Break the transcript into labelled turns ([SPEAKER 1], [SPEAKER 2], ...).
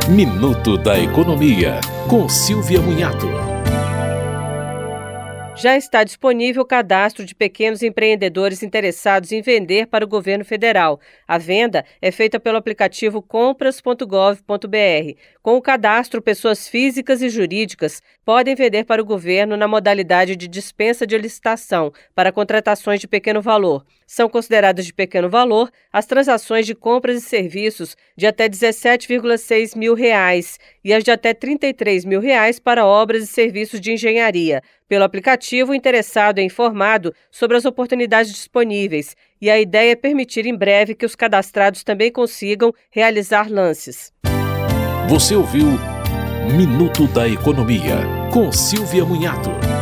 [SPEAKER 1] Minuto da Economia, com Silvia Munhato.
[SPEAKER 2] Já está disponível o cadastro de pequenos empreendedores interessados em vender para o governo federal. A venda é feita pelo aplicativo compras.gov.br. Com o cadastro, pessoas físicas e jurídicas podem vender para o governo na modalidade de dispensa de licitação para contratações de pequeno valor. São consideradas de pequeno valor as transações de compras e serviços de até R$ 17,6 mil e as de até R$ 33 mil para obras e serviços de engenharia. Pelo aplicativo, o interessado é informado sobre as oportunidades disponíveis e a ideia é permitir em breve que os cadastrados também consigam realizar lances.
[SPEAKER 1] Você ouviu Minuto da Economia, com Silvia Munhato.